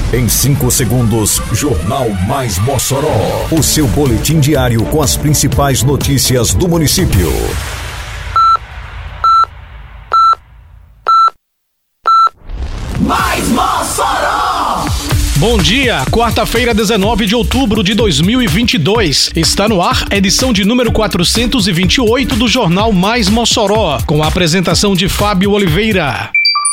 Em 5 segundos, Jornal Mais Mossoró. O seu boletim diário com as principais notícias do município. Mais Mossoró! Bom dia, quarta-feira, 19 de outubro de 2022. Está no ar a edição de número 428 do Jornal Mais Mossoró, com a apresentação de Fábio Oliveira.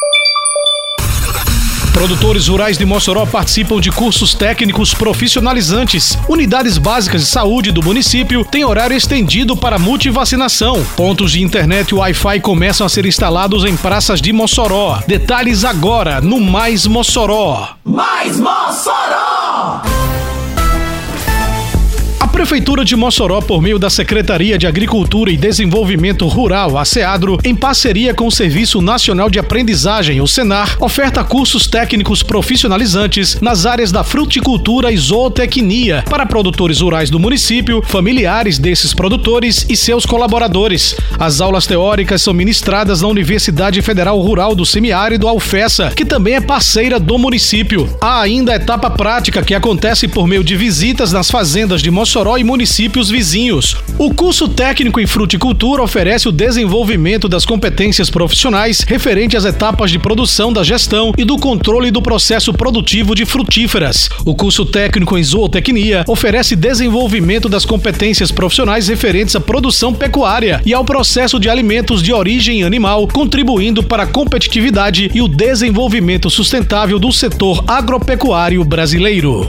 Produtores rurais de Mossoró participam de cursos técnicos profissionalizantes. Unidades básicas de saúde do município têm horário estendido para multivacinação. Pontos de internet e Wi-Fi começam a ser instalados em praças de Mossoró. Detalhes agora no Mais Mossoró. Mais Mossoró! A Prefeitura de Mossoró, por meio da Secretaria de Agricultura e Desenvolvimento Rural, a SEADRO, em parceria com o Serviço Nacional de Aprendizagem, o SENAR, oferta cursos técnicos profissionalizantes nas áreas da fruticultura e zootecnia para produtores rurais do município, familiares desses produtores e seus colaboradores. As aulas teóricas são ministradas na Universidade Federal Rural do Semiárido, a UFESA, que também é parceira do município. Há ainda a etapa prática, que acontece por meio de visitas nas fazendas de Mossoró e municípios vizinhos. O curso técnico em fruticultura oferece o desenvolvimento das competências profissionais referente às etapas de produção, da gestão e do controle do processo produtivo de frutíferas. O curso técnico em zootecnia oferece desenvolvimento das competências profissionais referentes à produção pecuária e ao processo de alimentos de origem animal, contribuindo para a competitividade e o desenvolvimento sustentável do setor agropecuário brasileiro.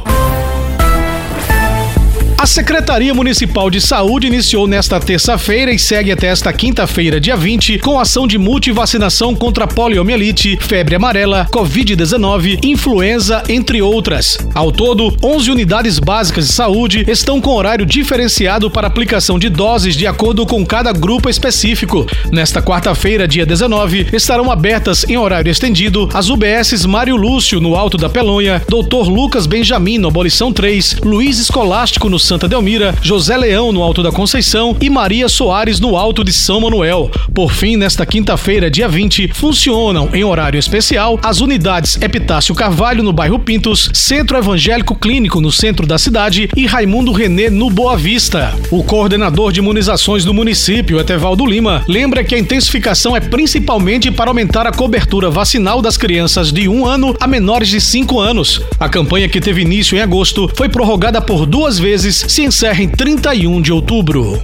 A Secretaria Municipal de Saúde iniciou nesta terça-feira e segue até esta quinta-feira, dia 20, com ação de multivacinação contra poliomielite, febre amarela, Covid-19, influenza, entre outras. Ao todo, 11 unidades básicas de saúde estão com horário diferenciado para aplicação de doses de acordo com cada grupo específico. Nesta quarta-feira, dia 19, estarão abertas em horário estendido as UBSs Mário Lúcio, no Alto da Pelonha, Dr. Lucas Benjamin, no Abolição 3, Luiz Escolástico, no Santa Delmira, José Leão, no Alto da Conceição e Maria Soares, no Alto de São Manuel. Por fim, nesta quinta-feira, dia 20, funcionam em horário especial as unidades Epitácio Carvalho, no bairro Pintos, Centro Evangélico Clínico, no centro da cidade, e Raimundo Renê, no Boa Vista. O coordenador de imunizações do município, Etevaldo Lima, lembra que a intensificação é principalmente para aumentar a cobertura vacinal das crianças de 1 ano a menores de 5 anos. A campanha, que teve início em agosto, foi prorrogada por 2 vezes, se encerra em 31 de outubro.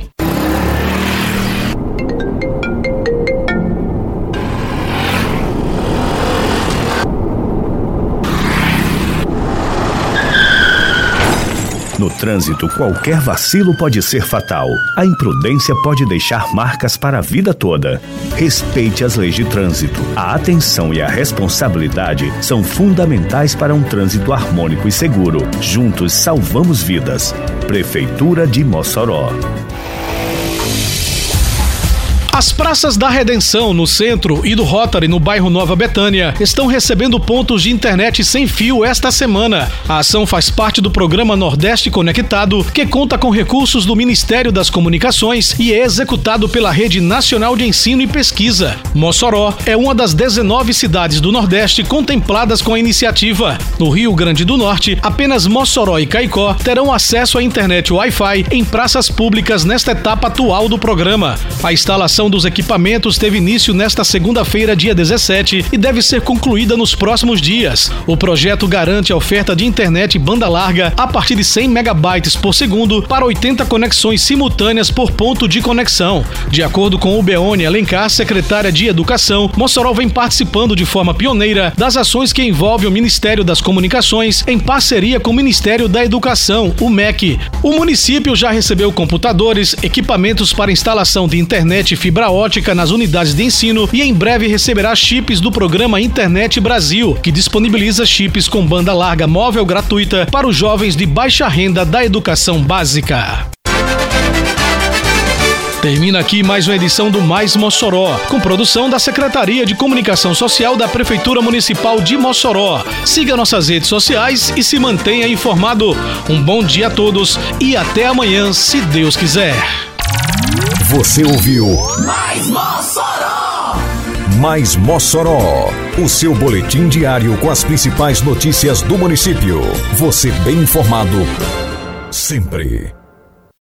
No trânsito, qualquer vacilo pode ser fatal. A imprudência pode deixar marcas para a vida toda. Respeite as leis de trânsito. A atenção e a responsabilidade são fundamentais para um trânsito harmônico e seguro. Juntos salvamos vidas. Prefeitura de Mossoró. As praças da Redenção, no centro, e do Rotary, no bairro Nova Betânia, estão recebendo pontos de internet sem fio esta semana. A ação faz parte do programa Nordeste Conectado, que conta com recursos do Ministério das Comunicações e é executado pela Rede Nacional de Ensino e Pesquisa. Mossoró é uma das 19 cidades do Nordeste contempladas com a iniciativa. No Rio Grande do Norte, apenas Mossoró e Caicó terão acesso à internet Wi-Fi em praças públicas nesta etapa atual do programa. A instalação dos equipamentos teve início nesta segunda-feira, dia 17, e deve ser concluída nos próximos dias. O projeto garante a oferta de internet banda larga a partir de 100 megabytes por segundo para 80 conexões simultâneas por ponto de conexão. De acordo com Ubeone Alencar, secretária de Educação, Mossoró vem participando de forma pioneira das ações que envolvem o Ministério das Comunicações em parceria com o Ministério da Educação, o MEC. O município já recebeu computadores, equipamentos para instalação de internet fibra ótica nas unidades de ensino e em breve receberá chips do programa Internet Brasil, que disponibiliza chips com banda larga móvel gratuita para os jovens de baixa renda da educação básica. Termina aqui mais uma edição do Mais Mossoró, com produção da Secretaria de Comunicação Social da Prefeitura Municipal de Mossoró. Siga nossas redes sociais e se mantenha informado. Um bom dia a todos e até amanhã, se Deus quiser. Você ouviu Mais Mossoró! Mais Mossoró, o seu boletim diário com as principais notícias do município. Você bem informado sempre.